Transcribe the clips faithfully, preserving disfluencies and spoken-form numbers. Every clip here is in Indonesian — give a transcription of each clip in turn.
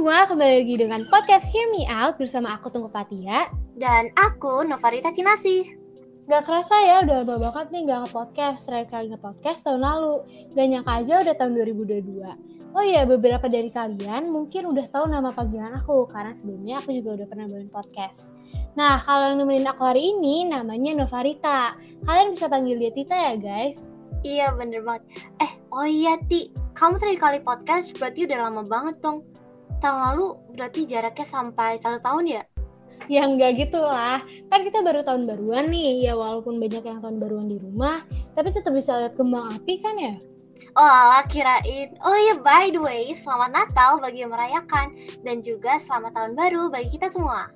semua, kembali lagi dengan podcast Hear Me Out bersama aku Tunggu Fatia dan aku Novarita Kinasih. Gak kerasa ya, udah lama banget nih gak nge-podcast. Terakhir kali nge-podcast tahun lalu. Gak nyangka aja udah tahun dua ribu dua puluh dua. Oh iya, beberapa dari kalian mungkin udah tahu nama panggilan aku, karena sebelumnya aku juga udah pernah bawain podcast. Nah, kalau yang nemenin aku hari ini namanya Novarita. Kalian bisa panggil dia Tita ya guys. Iya bener banget. Eh, oh iya Ti, kamu terakhir kali podcast berarti udah lama banget dong. Tahun lalu berarti jaraknya sampai satu tahun ya? Ya enggak gitu lah, kan kita baru tahun baruan nih, ya walaupun banyak yang tahun baruan di rumah, tapi tetap bisa lihat kembang api kan ya? Oh alah, kirain. Oh iya, by the way, selamat Natal bagi yang merayakan, dan juga selamat tahun baru bagi kita semua.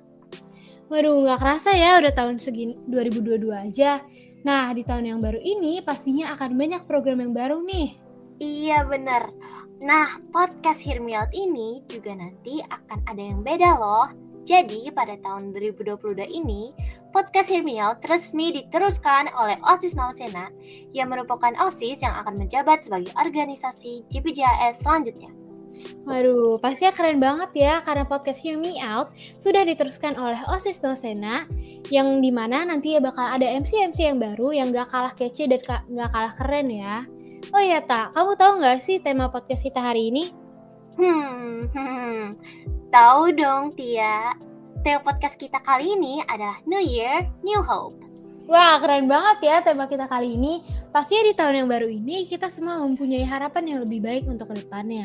Waduh, gak kerasa ya udah tahun segini dua ribu dua puluh dua aja. Nah, di tahun yang baru ini pastinya akan banyak program yang baru nih. Iya bener. Nah, podcast Hear Me Out ini juga nanti akan ada yang beda loh. Jadi, pada tahun dua ribu dua puluh dua ini, podcast Hear Me Out resmi diteruskan oleh OSIS Nawasena yang merupakan OSIS yang akan menjabat sebagai organisasi J P J A S selanjutnya. Waduh, pastinya keren banget ya karena podcast Hear Me Out sudah diteruskan oleh OSIS Nawasena yang dimana nanti ya bakal ada M C M C yang baru yang gak kalah kece dan gak kalah keren ya. Oh iya Tak, kamu tahu gak sih tema podcast kita hari ini? Hmm, hmm. Tahu dong Tia. Tema podcast kita kali ini adalah New Year, New Hope. Wah, keren banget ya tema kita kali ini. Pastinya di tahun yang baru ini kita semua mempunyai harapan yang lebih baik untuk kedepannya.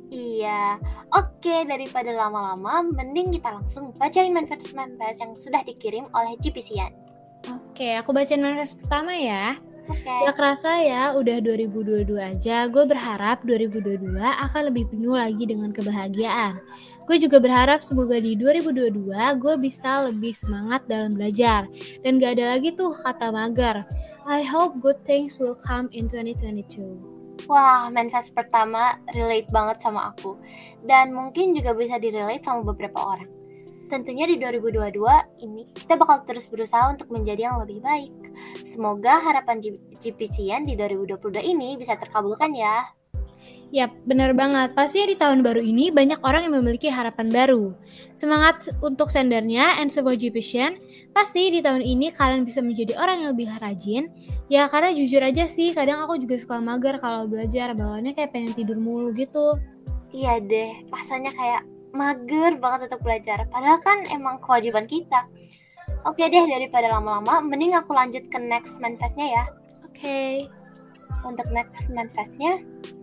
Iya, oke daripada lama-lama, mending kita langsung bacain manifest-manifest yang sudah dikirim oleh G P C N. Oke, aku bacain manifest pertama ya. Oke. Gak kerasa ya, udah dua ribu dua puluh dua aja. Gue berharap dua ribu dua puluh dua akan lebih penuh lagi dengan kebahagiaan. Gue juga berharap semoga di dua ribu dua puluh dua gue bisa lebih semangat dalam belajar. Dan gak ada lagi tuh kata mager. I hope good things will come in twenty twenty-two. Wah, manifest pertama relate banget sama aku. Dan mungkin juga bisa direlate sama beberapa orang. Tentunya di dua ribu dua puluh dua ini kita bakal terus berusaha untuk menjadi yang lebih baik. Semoga harapan G P C N di dua ribu dua puluh dua ini bisa terkabulkan ya. Yap, benar banget. Pastinya di tahun baru ini banyak orang yang memiliki harapan baru. Semangat untuk sendernya and semua G P C N. Pasti di tahun ini kalian bisa menjadi orang yang lebih rajin. Ya karena jujur aja sih, kadang aku juga suka mager kalau belajar. Bawaannya kayak pengen tidur mulu gitu. Iya deh, rasanya kayak mager banget untuk belajar. Padahal kan emang kewajiban kita. Oke deh, daripada lama-lama, mending aku lanjut ke next manifestnya ya. Oke. Okay. Untuk next manifestnya,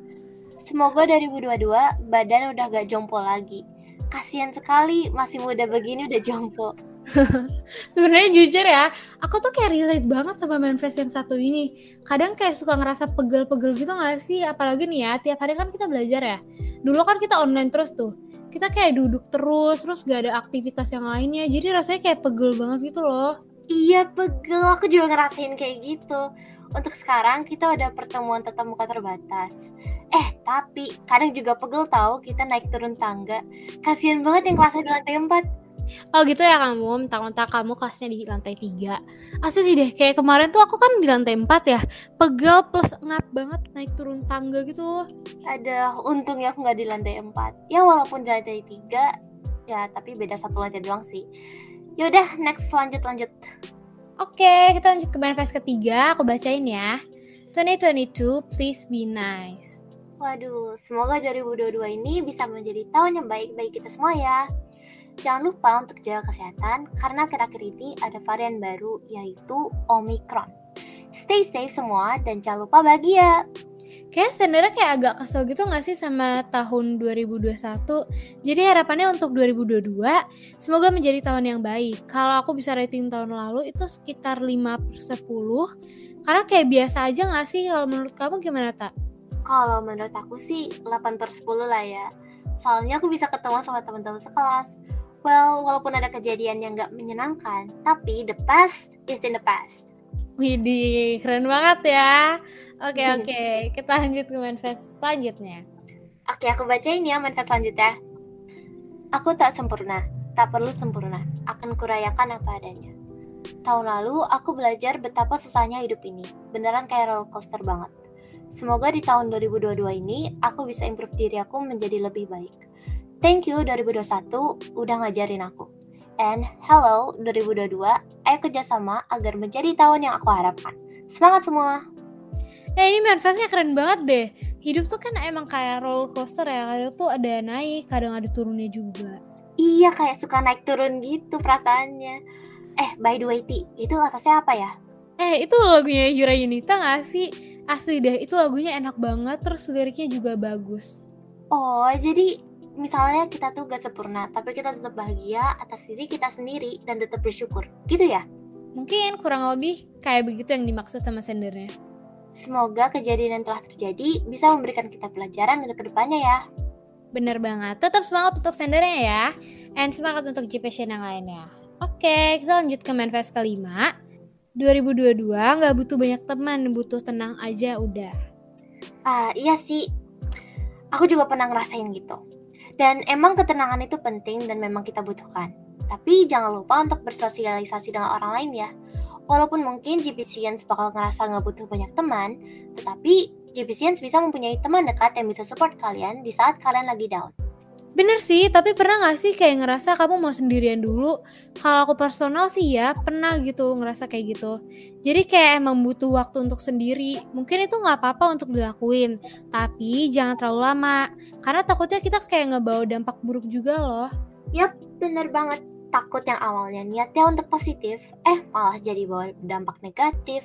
semoga dua ribu dua puluh dua badan udah gak jompo lagi. Kasian sekali, masih muda begini udah jompo. Sebenarnya jujur ya, aku tuh kayak relate banget sama manifest yang satu ini. Kadang kayak suka ngerasa pegel-pegel gitu gak sih? Apalagi nih ya, tiap hari kan kita belajar ya. Dulu kan kita online terus tuh. Kita kayak duduk terus, terus gak ada aktivitas yang lainnya. Jadi rasanya kayak pegel banget gitu loh. Iya pegel, aku juga ngerasain kayak gitu. Untuk sekarang kita udah pertemuan tatap muka terbatas. Eh tapi kadang juga pegel tahu kita naik turun tangga. Kasian banget yang kelasnya di lantai empat. Oh gitu ya kamu, mentang-mentang kamu kelasnya di lantai tiga. Asli deh, kayak kemarin tuh aku kan di lantai empat ya. Pegel plus ngap banget naik turun tangga gitu. Ada, untungnya aku gak di lantai empat. Ya walaupun di lantai tiga, ya tapi beda satu lantai doang sih. Yaudah, next lanjut-lanjut. Oke, kita lanjut ke manifest ketiga. Aku bacain ya. twenty twenty-two, please be nice. Waduh, semoga dua ribu dua puluh dua ini bisa menjadi tahun yang baik bagi kita semua ya. Jangan lupa untuk jaga kesehatan karena akhir-akhir ini ada varian baru yaitu Omicron. Stay safe semua dan jangan lupa bahagia. Kayak sebenarnya kayak agak kesel gitu gak sih sama tahun dua ribu dua puluh satu. Jadi harapannya untuk dua ribu dua puluh dua semoga menjadi tahun yang baik. Kalau aku bisa rating tahun lalu itu sekitar lima per sepuluh. Karena kayak biasa aja gak sih? Kalau menurut kamu gimana Tak? Kalau menurut aku sih delapan per sepuluh lah ya. Soalnya aku bisa ketemu sama teman-teman sekelas. Well, walaupun ada kejadian yang gak menyenangkan, tapi the past is in the past. Widih, keren banget ya. Oke, oke. Kita lanjut ke manifest selanjutnya. Oke, aku bacain ya manifest selanjutnya. Aku tak sempurna, tak perlu sempurna. Akan kurayakan apa adanya. Tahun lalu, aku belajar betapa susahnya hidup ini. Beneran kayak roller coaster banget. Semoga di tahun dua ribu dua puluh dua ini, aku bisa improve diri aku menjadi lebih baik. Thank you dua ribu dua puluh satu udah ngajarin aku. And hello dua ribu dua puluh dua, ayo kerjasama agar menjadi tahun yang aku harapkan. Semangat semua! Eh ini manifestnya keren banget deh. Hidup tuh kan emang kayak roller coaster ya. Kadang tuh ada naik, kadang ada turunnya juga. Iya, kayak suka naik turun gitu perasaannya. Eh, by the way, Ti, itu atasnya apa ya? Eh, itu lagunya Yura Yunita gak sih? Asli deh, itu lagunya enak banget, terus liriknya juga bagus. Oh, jadi misalnya kita tuh gak sempurna, tapi kita tetap bahagia atas diri kita sendiri dan tetap bersyukur. Gitu ya? Mungkin kurang lebih kayak begitu yang dimaksud sama sendernya. Semoga kejadian yang telah terjadi bisa memberikan kita pelajaran untuk kedepannya ya. Bener banget, tetap semangat untuk sendernya ya. And semangat untuk G P yang lainnya. Oke, kita lanjut ke manifest kelima. dua ribu dua puluh dua gak butuh banyak teman, butuh tenang aja udah. Ah, iya sih. Aku juga pernah ngerasain gitu. Dan emang ketenangan itu penting dan memang kita butuhkan. Tapi jangan lupa untuk bersosialisasi dengan orang lain ya. Walaupun mungkin G P Science bakal ngerasa gak butuh banyak teman, tetapi G P Science bisa mempunyai teman dekat yang bisa support kalian di saat kalian lagi down. Bener sih, tapi pernah gak sih kayak ngerasa kamu mau sendirian dulu? Kalau aku personal sih ya, pernah gitu ngerasa kayak gitu. Jadi kayak emang butuh waktu untuk sendiri. Mungkin itu gak apa-apa untuk dilakuin, tapi jangan terlalu lama. Karena takutnya kita kayak ngebawa dampak buruk juga loh. Yap, bener banget. Takut yang awalnya niatnya untuk positif, eh malah jadi bawa dampak negatif.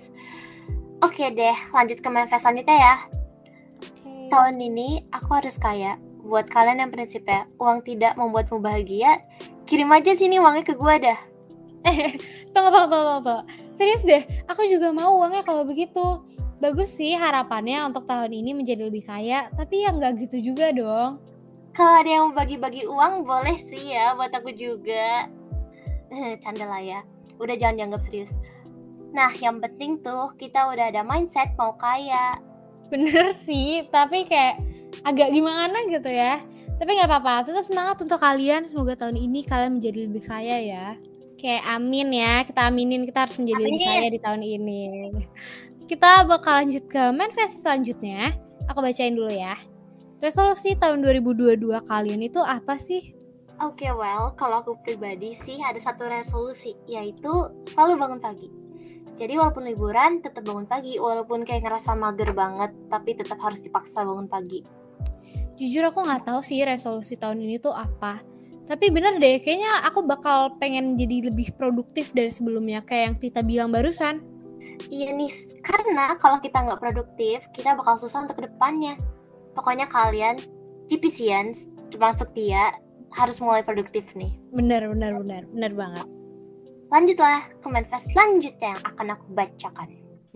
Oke deh, lanjut ke manifest selanjutnya ya. Okay. Tahun ini aku harus kaya. Buat kalian yang prinsipnya uang tidak membuatmu bahagia, kirim aja sini uangnya ke gua dah. Eh, tunggu, tunggu, tunggu, tunggu. Serius deh, aku juga mau uangnya kalau begitu. Bagus sih harapannya untuk tahun ini menjadi lebih kaya, tapi ya nggak gitu juga dong. Kalau ada yang mau bagi-bagi uang, boleh sih ya buat aku juga. Canda lah ya, udah jangan dianggap serius. Nah, yang penting tuh kita udah ada mindset mau kaya. Bener sih, tapi kayak agak gimana gitu ya. Tapi gak apa-apa, tetap semangat untuk kalian. Semoga tahun ini kalian menjadi lebih kaya ya. Kayak amin ya, kita aminin kita harus menjadi Amin. lebih kaya di tahun ini. Kita bakal lanjut ke manifest selanjutnya. Aku bacain dulu ya. Resolusi tahun dua ribu dua puluh dua kalian itu apa sih? Oke, okay, well, kalau aku pribadi sih ada satu resolusi, yaitu selalu bangun pagi. Jadi walaupun liburan, tetap bangun pagi. Walaupun kayak ngerasa mager banget, tapi tetap harus dipaksa bangun pagi. Jujur aku gak tahu sih resolusi tahun ini tuh apa. Tapi bener deh, kayaknya aku bakal pengen jadi lebih produktif dari sebelumnya. Kayak yang Tita bilang barusan. Iya nih, karena kalau kita gak produktif, kita bakal susah untuk kedepannya. Pokoknya kalian, G P Science, termasuk Tia, harus mulai produktif nih. Bener, bener, bener. Bener banget. Lanjutlah ke manifest selanjutnya yang akan aku bacakan.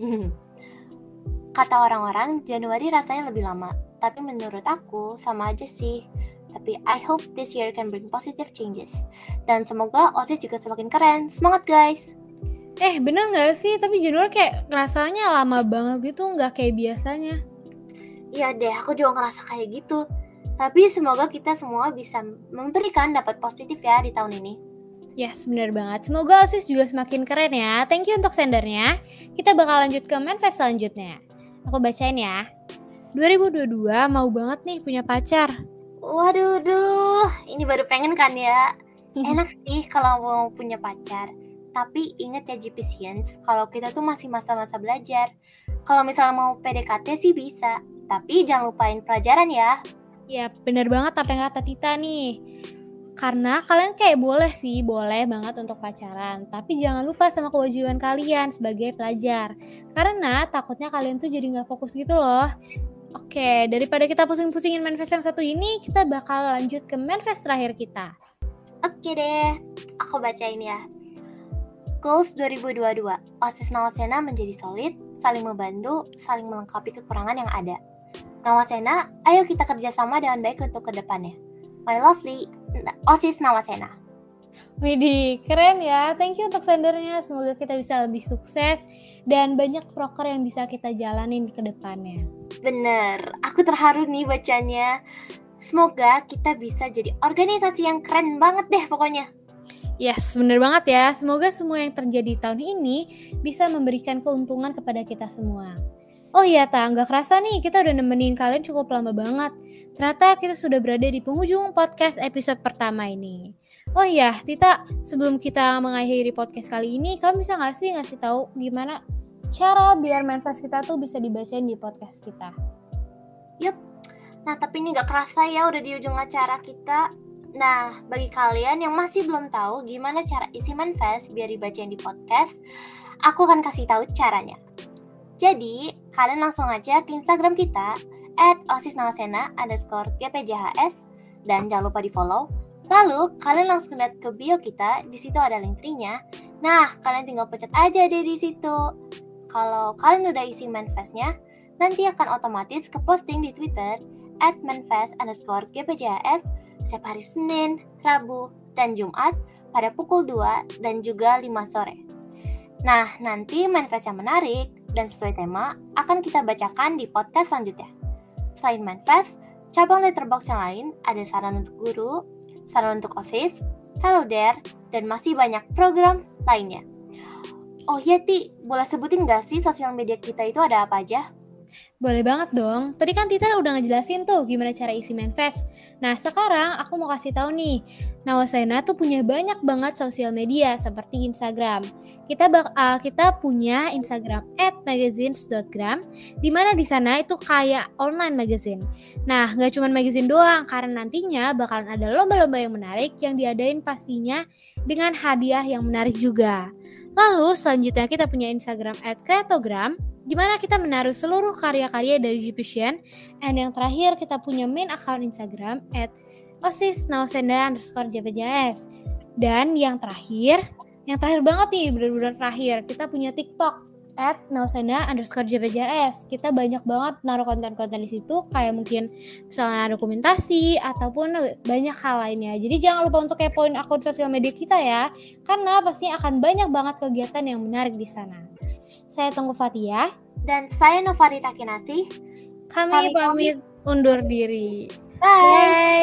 Kata orang-orang, Januari rasanya lebih lama. Tapi menurut aku, sama aja sih. Tapi I hope this year can bring positive changes. Dan semoga O S I S juga semakin keren. Semangat guys! Eh, bener gak sih? Tapi Januari kayak rasanya lama banget gitu, gak kayak biasanya. Iya deh, aku juga ngerasa kayak gitu. Tapi semoga kita semua bisa memberikan dapat positif ya di tahun ini. Yes, bener banget. Semoga O S I S juga semakin keren ya. Thank you untuk sendernya. Kita bakal lanjut ke manifest selanjutnya. Aku bacain ya. dua ribu dua puluh dua mau banget nih punya pacar. Waduh, duh, ini baru pengen kan ya. Enak sih kalau mau punya pacar. Tapi ingat ya G P Science, kalau kita tuh masih masa-masa belajar. Kalau misalnya mau P D K T sih bisa. Tapi jangan lupain pelajaran ya. Ya, bener banget apa yang kata Tita nih. Karena kalian kayak boleh sih, boleh banget untuk pacaran. Tapi jangan lupa sama kewajiban kalian sebagai pelajar. Karena takutnya kalian tuh jadi gak fokus gitu loh. Oke, daripada kita pusing-pusingin manifest yang satu ini, kita bakal lanjut ke manifest terakhir kita. Oke deh, aku bacain ya. Goals dua ribu dua puluh dua, O S I S Nawasena menjadi solid, saling membantu, saling melengkapi kekurangan yang ada. Nawasena, ayo kita kerjasama dengan baik untuk kedepannya. My lovely O S I S Nawasena. Widih, keren ya. Thank you untuk sendernya. Semoga kita bisa lebih sukses dan banyak proker yang bisa kita jalanin ke depannya. Bener, aku terharu nih bacanya. Semoga kita bisa jadi organisasi yang keren banget deh pokoknya. Yes, bener banget ya. Semoga semua yang terjadi tahun ini bisa memberikan keuntungan kepada kita semua. Oh iya Ta, nggak kerasa nih kita udah nemenin kalian cukup lama banget. Ternyata kita sudah berada di penghujung podcast episode pertama ini. Oh iya, Tita, sebelum kita mengakhiri podcast kali ini, kamu bisa nggak sih ngasih tahu gimana cara biar manifest kita tuh bisa dibacain di podcast kita? Yup, nah tapi ini nggak kerasa ya udah di ujung acara kita. Nah, bagi kalian yang masih belum tahu gimana cara isi manifest biar dibacain di podcast, aku akan kasih tahu caranya. Jadi, kalian langsung aja ke Instagram kita at osisnawasena underscore gpjhs dan jangan lupa di follow. Lalu, kalian langsung lihat ke bio kita, di situ ada link tree-nya. Nah, kalian tinggal pencet aja deh di situ. Kalau kalian udah isi manifestnya, nanti akan otomatis ke posting di Twitter at manifest underscore gpjhs setiap hari Senin, Rabu, dan Jumat pada pukul dua dan juga lima sore. Nah, nanti manifest yang menarik dan sesuai tema akan kita bacakan di podcast selanjutnya. Selain manifest, cabang letterbox yang lain ada saran untuk guru, saran untuk OSIS, Hello There, dan masih banyak program lainnya. Oh iya Ti, boleh sebutin gak sih sosial media kita itu ada apa aja? Boleh banget dong. Tadi kan Tita udah ngejelasin tuh gimana cara isi manifest. Nah, sekarang aku mau kasih tahu nih. Nawasena tuh punya banyak banget sosial media seperti Instagram. Kita bak- uh, kita punya Instagram at magazines dot gram, di mana di sana itu kayak online magazine. Nah, nggak cuma magazine doang, karena nantinya bakalan ada lomba-lomba yang menarik yang diadain pastinya dengan hadiah yang menarik juga. Lalu selanjutnya kita punya Instagram at kreatogram, di mana kita menaruh seluruh karya-karya dari Gypsy. And yang terakhir kita punya main account Instagram at osisnawasena underscore gpjs. Dan yang terakhir, yang terakhir banget nih, benar-benar terakhir, kita punya TikTok at nawasena underscore gpjs. Kita banyak banget naruh konten-konten di situ, kayak mungkin misalnya dokumentasi ataupun banyak hal lainnya. Jadi jangan lupa untuk kepoin akun sosial media kita ya, karena pasti akan banyak banget kegiatan yang menarik di sana. Saya Tunggu Fatia. Dan saya Novarita Kinasih. Kami, Kami pamit undur diri. Bye. Bye.